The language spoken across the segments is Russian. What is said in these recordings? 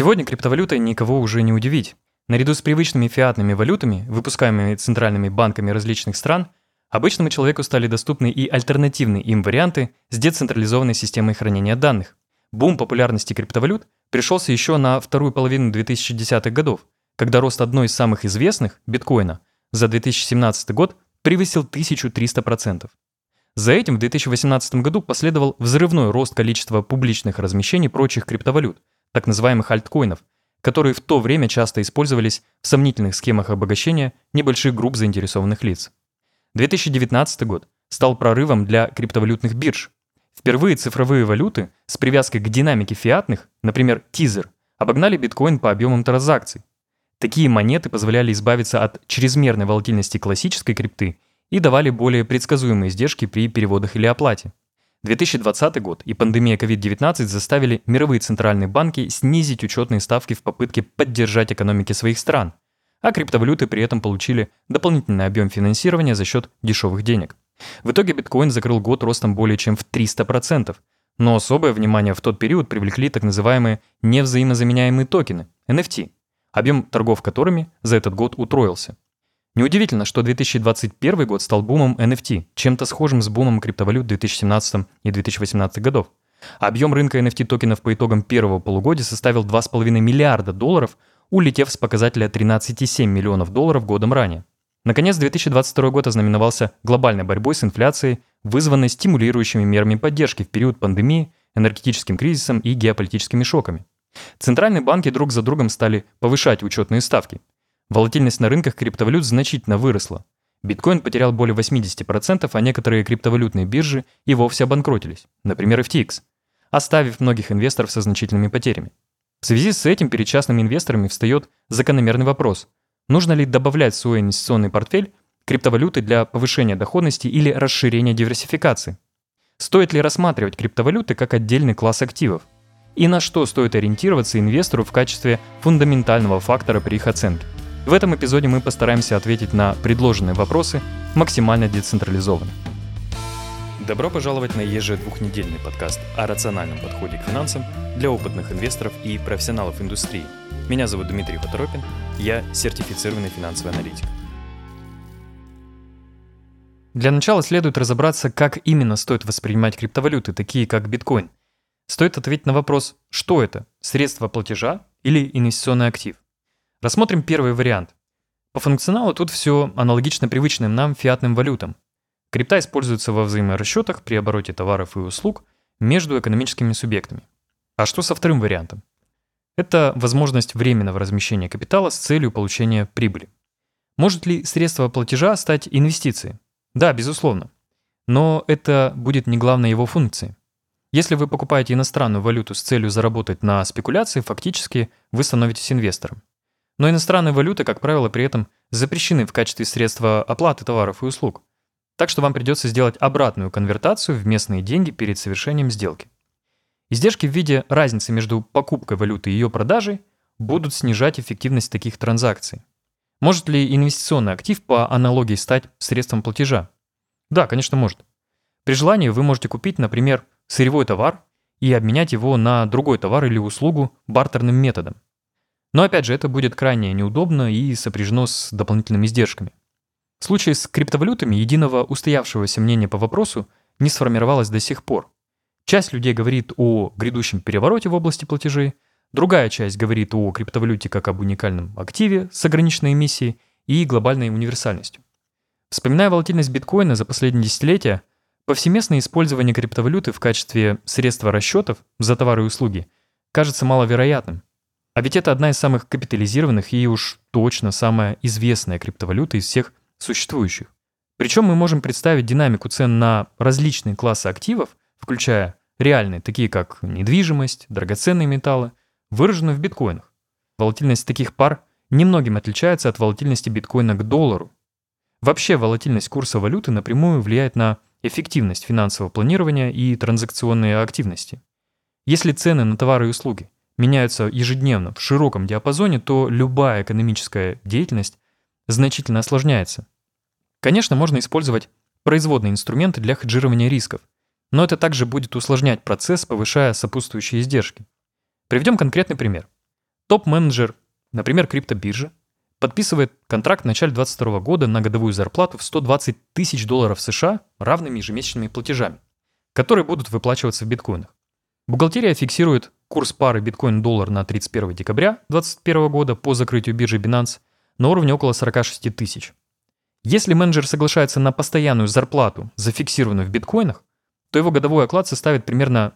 Сегодня криптовалютой никого уже не удивить. Наряду с привычными фиатными валютами, выпускаемыми центральными банками различных стран, обычному человеку стали доступны и альтернативные им варианты с децентрализованной системой хранения данных. Бум популярности криптовалют пришелся еще на вторую половину 2010-х годов, когда рост одной из самых известных, биткоина, за 2017 год превысил 1300%. За этим в 2018 году последовал взрывной рост количества публичных размещений прочих криптовалют, так называемых альткоинов, которые в то время часто использовались в сомнительных схемах обогащения небольших групп заинтересованных лиц. 2019 год стал прорывом для криптовалютных бирж. Впервые цифровые валюты с привязкой к динамике фиатных, например, Tether, обогнали биткоин по объемам транзакций. Такие монеты позволяли избавиться от чрезмерной волатильности классической крипты и давали более предсказуемые издержки при переводах или оплате. 2020 год и пандемия COVID-19 заставили мировые центральные банки снизить учетные ставки в попытке поддержать экономики своих стран, а криптовалюты при этом получили дополнительный объем финансирования за счет дешевых денег. В итоге биткоин закрыл год ростом более чем в 300%, но особое внимание в тот период привлекли так называемые невзаимозаменяемые токены, NFT, объем торгов которыми за этот год утроился. Неудивительно, что 2021 год стал бумом NFT, чем-то схожим с бумом криптовалют в 2017 и 2018 годов. Объем рынка NFT токенов по итогам первого полугодия составил $2,5 миллиарда, улетев с показателя $13,7 миллионов годом ранее. Наконец, 2022 год ознаменовался глобальной борьбой с инфляцией, вызванной стимулирующими мерами поддержки в период пандемии, энергетическим кризисом и геополитическими шоками. Центральные банки друг за другом стали повышать учетные ставки. Волатильность на рынках криптовалют значительно выросла. Биткоин потерял более 80%, а некоторые криптовалютные биржи и вовсе обанкротились, например, FTX, оставив многих инвесторов со значительными потерями. В связи с этим перед частными инвесторами встает закономерный вопрос: нужно ли добавлять в свой инвестиционный портфель криптовалюты для повышения доходности или расширения диверсификации? Стоит ли рассматривать криптовалюты как отдельный класс активов? И на что стоит ориентироваться инвестору в качестве фундаментального фактора при их оценке? В этом эпизоде мы постараемся ответить на предложенные вопросы максимально децентрализованно. Добро пожаловать на ежедвухнедельный подкаст о рациональном подходе к финансам для опытных инвесторов и профессионалов индустрии. Меня зовут Дмитрий Поторопин, я сертифицированный финансовый аналитик. Для начала следует разобраться, как именно стоит воспринимать криптовалюты, такие как биткоин. Стоит ответить на вопрос, что это – средство платежа или инвестиционный актив. Рассмотрим первый вариант. По функционалу тут все аналогично привычным нам фиатным валютам. Крипта используется во взаиморасчетах при обороте товаров и услуг между экономическими субъектами. А что со вторым вариантом? Это возможность временного размещения капитала с целью получения прибыли. Может ли средство платежа стать инвестицией? Да, безусловно. Но это будет не главной его функцией. Если вы покупаете иностранную валюту с целью заработать на спекуляции, фактически вы становитесь инвестором. Но иностранные валюты, как правило, при этом запрещены в качестве средства оплаты товаров и услуг. Так что вам придется сделать обратную конвертацию в местные деньги перед совершением сделки. Издержки в виде разницы между покупкой валюты и ее продажей будут снижать эффективность таких транзакций. Может ли инвестиционный актив по аналогии стать средством платежа? Да, конечно, может. При желании вы можете купить, например, сырьевой товар и обменять его на другой товар или услугу бартерным методом. Но опять же, это будет крайне неудобно и сопряжено с дополнительными издержками. В случае с криптовалютами единого устоявшегося мнения по вопросу не сформировалось до сих пор. Часть людей говорит о грядущем перевороте в области платежей, другая часть говорит о криптовалюте как об уникальном активе с ограниченной эмиссией и глобальной универсальностью. Вспоминая волатильность биткоина за последние десятилетия, повсеместное использование криптовалюты в качестве средства расчетов за товары и услуги кажется маловероятным. А ведь это одна из самых капитализированных и уж точно самая известная криптовалюта из всех существующих. Причем мы можем представить динамику цен на различные классы активов, включая реальные, такие как недвижимость, драгоценные металлы, выраженную в биткоинах. Волатильность таких пар немногим отличается от волатильности биткоина к доллару. Вообще волатильность курса валюты напрямую влияет на эффективность финансового планирования и транзакционные активности. Если цены на товары и услуги меняются ежедневно в широком диапазоне, то любая экономическая деятельность значительно осложняется. Конечно, можно использовать производные инструменты для хеджирования рисков, но это также будет усложнять процесс, повышая сопутствующие издержки. Приведем конкретный пример. Топ-менеджер, например, криптобиржи, подписывает контракт в начале 2022 года на годовую зарплату в $120 тысяч США равными ежемесячными платежами, которые будут выплачиваться в биткоинах. Бухгалтерия фиксирует курс пары биткоин-доллар на 31 декабря 2021 года по закрытию биржи Binance на уровне около 46 тысяч. Если менеджер соглашается на постоянную зарплату, зафиксированную в биткоинах, то его годовой оклад составит примерно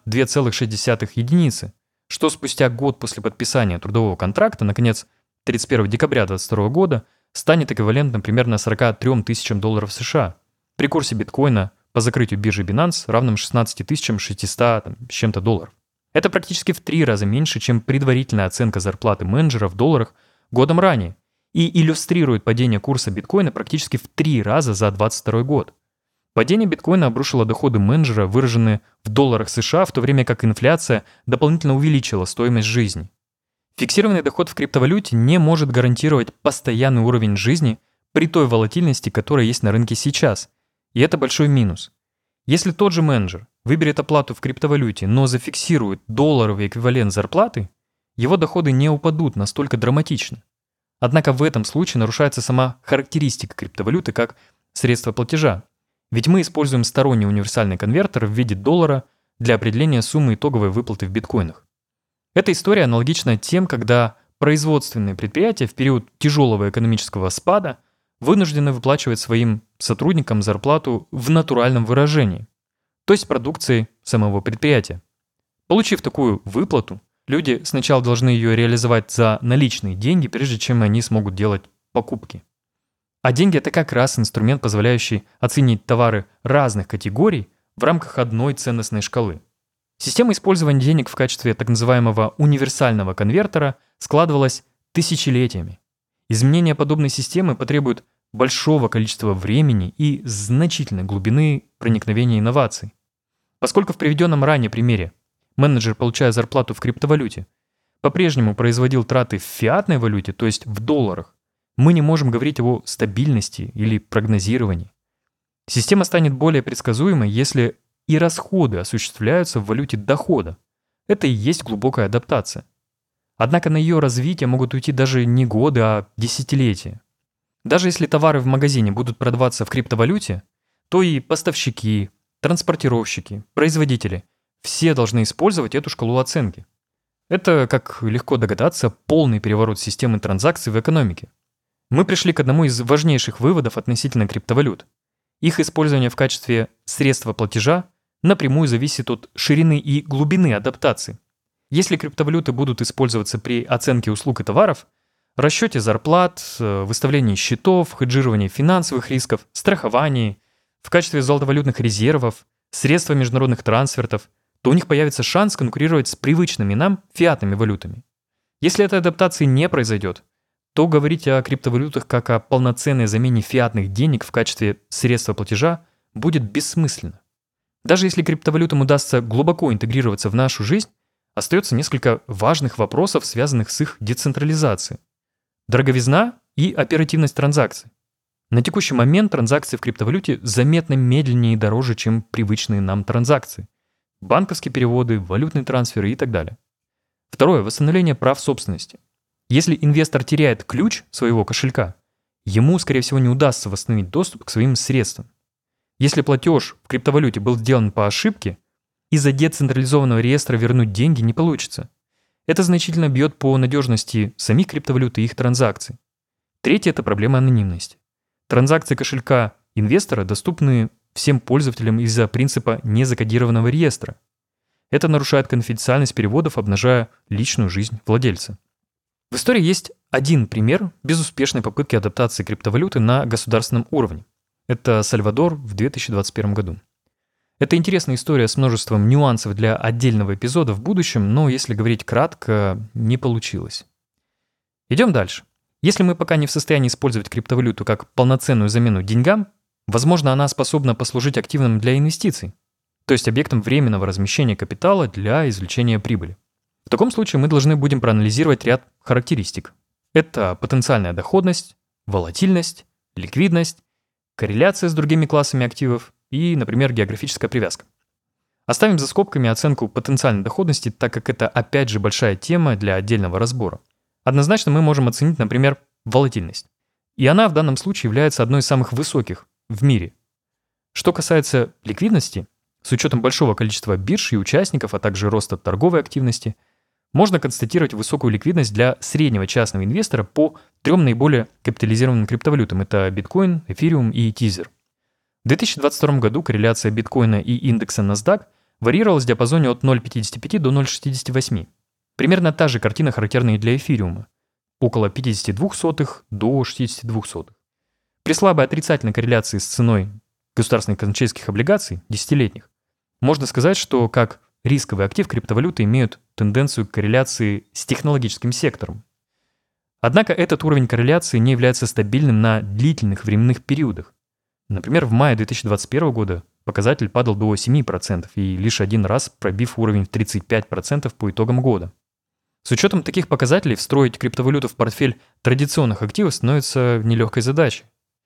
2,6 единицы, что спустя год после подписания трудового контракта, наконец, 31 декабря 2022 года, станет эквивалентным примерно 43 тысячам долларов США при курсе биткоина по закрытию биржи Binance равным 16 600 с чем-то долларов. Это практически в 3 раза меньше, чем предварительная оценка зарплаты менеджера в долларах годом ранее и иллюстрирует падение курса биткоина практически в 3 раза за 2022 год. Падение биткоина обрушило доходы менеджера, выраженные в долларах США, в то время как инфляция дополнительно увеличила стоимость жизни. Фиксированный доход в криптовалюте не может гарантировать постоянный уровень жизни при той волатильности, которая есть на рынке сейчас. И это большой минус. Если тот же менеджер выберет оплату в криптовалюте, но зафиксирует долларовый эквивалент зарплаты, его доходы не упадут настолько драматично. Однако в этом случае нарушается сама характеристика криптовалюты как средства платежа. Ведь мы используем сторонний универсальный конвертер в виде доллара для определения суммы итоговой выплаты в биткоинах. Эта история аналогична тем, когда производственные предприятия в период тяжелого экономического спада вынуждены выплачивать своим сотрудникам зарплату в натуральном выражении, то есть продукции самого предприятия. Получив такую выплату, люди сначала должны ее реализовать за наличные деньги, прежде чем они смогут делать покупки. А деньги – это как раз инструмент, позволяющий оценить товары разных категорий в рамках одной ценностной шкалы. Система использования денег в качестве так называемого универсального конвертера складывалась тысячелетиями. Изменение подобной системы потребует большого количества времени и значительной глубины проникновения инноваций. Поскольку в приведенном ранее примере менеджер, получая зарплату в криптовалюте, по-прежнему производил траты в фиатной валюте, то есть в долларах, мы не можем говорить о стабильности или прогнозировании. Система станет более предсказуемой, если и расходы осуществляются в валюте дохода. Это и есть глубокая адаптация. Однако на ее развитие могут уйти даже не годы, а десятилетия. Даже если товары в магазине будут продаваться в криптовалюте, то и поставщики, транспортировщики, производители – все должны использовать эту шкалу оценки. Это, как легко догадаться, полный переворот системы транзакций в экономике. Мы пришли к одному из важнейших выводов относительно криптовалют. Их использование в качестве средства платежа напрямую зависит от ширины и глубины адаптации. Если криптовалюты будут использоваться при оценке услуг и товаров, расчете зарплат, выставлении счетов, хеджировании финансовых рисков, страховании, в качестве золотовалютных резервов, средства международных трансфертов, то у них появится шанс конкурировать с привычными нам фиатными валютами. Если этой адаптации не произойдет, то говорить о криптовалютах как о полноценной замене фиатных денег в качестве средства платежа будет бессмысленно. Даже если криптовалютам удастся глубоко интегрироваться в нашу жизнь, остается несколько важных вопросов, связанных с их децентрализацией. Дороговизна и оперативность транзакций. На текущий момент транзакции в криптовалюте заметно медленнее и дороже, чем привычные нам транзакции. Банковские переводы, валютные трансферы и так далее. Второе. Восстановление прав собственности. Если инвестор теряет ключ своего кошелька, ему, скорее всего, не удастся восстановить доступ к своим средствам. Если платеж в криптовалюте был сделан по ошибке, из-за децентрализованного реестра вернуть деньги не получится. Это значительно бьет по надежности самих криптовалют и их транзакций. Третье – это проблема анонимности. Транзакции кошелька инвестора доступны всем пользователям из-за принципа незакодированного реестра. Это нарушает конфиденциальность переводов, обнажая личную жизнь владельца. В истории есть один пример безуспешной попытки адаптации криптовалюты на государственном уровне. Это Сальвадор в 2021 году. Это интересная история с множеством нюансов для отдельного эпизода в будущем, но если говорить кратко, не получилось. Идем дальше. Если мы пока не в состоянии использовать криптовалюту как полноценную замену деньгам, возможно, она способна послужить активом для инвестиций, то есть объектом временного размещения капитала для извлечения прибыли. В таком случае мы должны будем проанализировать ряд характеристик. Это потенциальная доходность, волатильность, ликвидность, корреляция с другими классами активов и, например, географическая привязка. Оставим за скобками оценку потенциальной доходности, так как это опять же большая тема для отдельного разбора. Однозначно мы можем оценить, например, волатильность. И она в данном случае является одной из самых высоких в мире. Что касается ликвидности, с учетом большого количества бирж и участников, а также роста торговой активности, можно констатировать высокую ликвидность для среднего частного инвестора по 3 наиболее капитализированным криптовалютам. Это биткоин, эфириум и тизер. В 2022 году корреляция биткоина и индекса NASDAQ варьировалась в диапазоне от 0,55 до 0,68. Примерно та же картина характерна и для эфириума. Около 0,52 до 0,62. При слабой отрицательной корреляции с ценой государственных казначейских облигаций, десятилетних, можно сказать, что как рисковый актив криптовалюты имеют тенденцию к корреляции с технологическим сектором. Однако этот уровень корреляции не является стабильным на длительных временных периодах. Например, в мае 2021 года показатель падал до 7% и лишь один раз пробив уровень в 35% по итогам года. С учетом таких показателей встроить криптовалюту в портфель традиционных активов становится нелегкой задачей.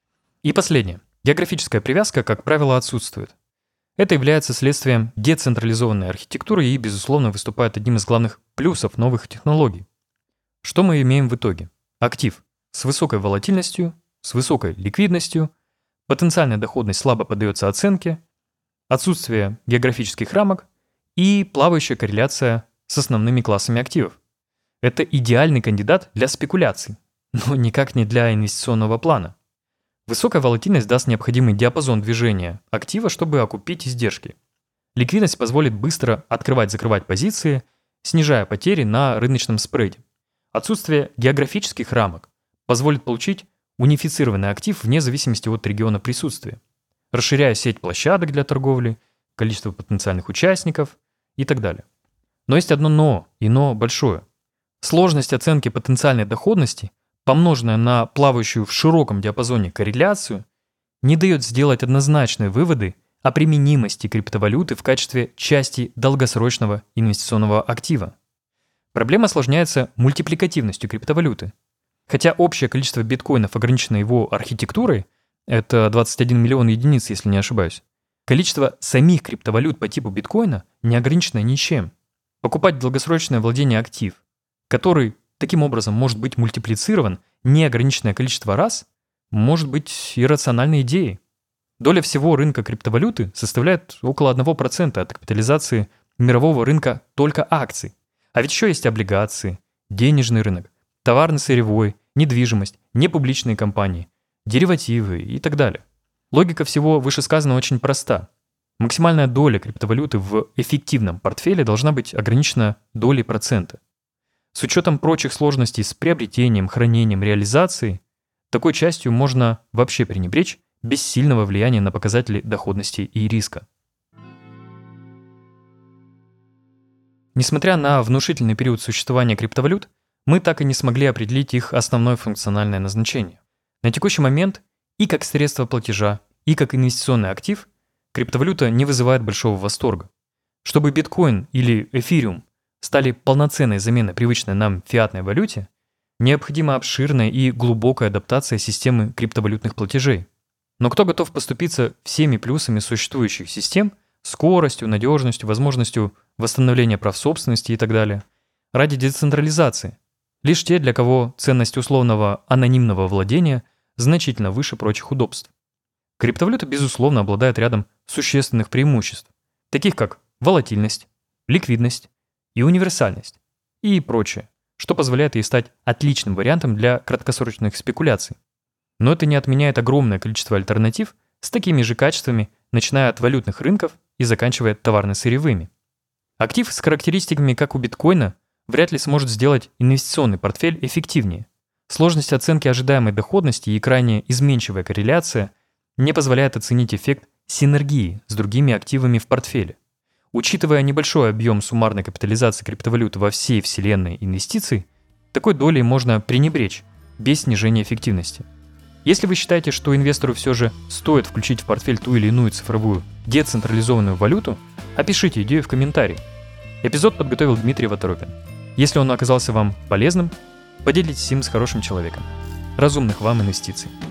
И последнее. Географическая привязка, как правило, отсутствует. Это является следствием децентрализованной архитектуры и, безусловно, выступает одним из главных плюсов новых технологий. Что мы имеем в итоге? Актив с высокой волатильностью, с высокой ликвидностью, потенциальная доходность слабо поддается оценке, отсутствие географических рамок и плавающая корреляция с основными классами активов. Это идеальный кандидат для спекуляций, но никак не для инвестиционного плана. Высокая волатильность даст необходимый диапазон движения актива, чтобы окупить издержки. Ликвидность позволит быстро открывать-закрывать позиции, снижая потери на рыночном спреде. Отсутствие географических рамок позволит получить унифицированный актив вне зависимости от региона присутствия, расширяя сеть площадок для торговли, количество потенциальных участников и так далее. Но есть одно «но», и «но» большое. Сложность оценки потенциальной доходности, помноженная на плавающую в широком диапазоне корреляцию, не дает сделать однозначные выводы о применимости криптовалюты в качестве части долгосрочного инвестиционного актива. Проблема осложняется мультипликативностью криптовалюты. Хотя общее количество биткоинов ограничено его архитектурой, это 21 миллион единиц, если не ошибаюсь, количество самих криптовалют по типу биткоина не ограничено ничем. Покупать долгосрочное владение актив, который таким образом может быть мультиплицирован неограниченное количество раз, может быть иррациональной идеей. Доля всего рынка криптовалюты составляет около 1% от капитализации мирового рынка только акций. А ведь еще есть облигации, денежный рынок, товарно-сырьевой, недвижимость, непубличные компании, деривативы и так далее. Логика всего вышесказанного очень проста. Максимальная доля криптовалюты в эффективном портфеле должна быть ограничена долей процента. С учетом прочих сложностей с приобретением, хранением, реализацией, такой частью можно вообще пренебречь без сильного влияния на показатели доходности и риска. Несмотря на внушительный период существования криптовалют, мы так и не смогли определить их основное функциональное назначение. На текущий момент и как средство платежа, и как инвестиционный актив криптовалюта не вызывает большого восторга. Чтобы биткоин или эфириум стали полноценной заменой привычной нам фиатной валюте, необходима обширная и глубокая адаптация системы криптовалютных платежей. Но кто готов поступиться всеми плюсами существующих систем, скоростью, надежностью, возможностью восстановления прав собственности и так далее, ради децентрализации? Лишь те, для кого ценность условного анонимного владения значительно выше прочих удобств. Криптовалюта, безусловно, обладает рядом существенных преимуществ, таких как волатильность, ликвидность и универсальность и прочее, что позволяет ей стать отличным вариантом для краткосрочных спекуляций. Но это не отменяет огромное количество альтернатив с такими же качествами, начиная от валютных рынков и заканчивая товарно-сырьевыми. Актив с характеристиками, как у биткоина, вряд ли сможет сделать инвестиционный портфель эффективнее. Сложность оценки ожидаемой доходности и крайне изменчивая корреляция не позволяет оценить эффект синергии с другими активами в портфеле. Учитывая небольшой объем суммарной капитализации криптовалюты во всей вселенной инвестиций, такой долей можно пренебречь без снижения эффективности. Если вы считаете, что инвестору все же стоит включить в портфель ту или иную цифровую децентрализованную валюту, опишите идею в комментарии. Эпизод подготовил Дмитрий Ваторопин. Если он оказался вам полезным, поделитесь им с хорошим человеком. Разумных вам инвестиций!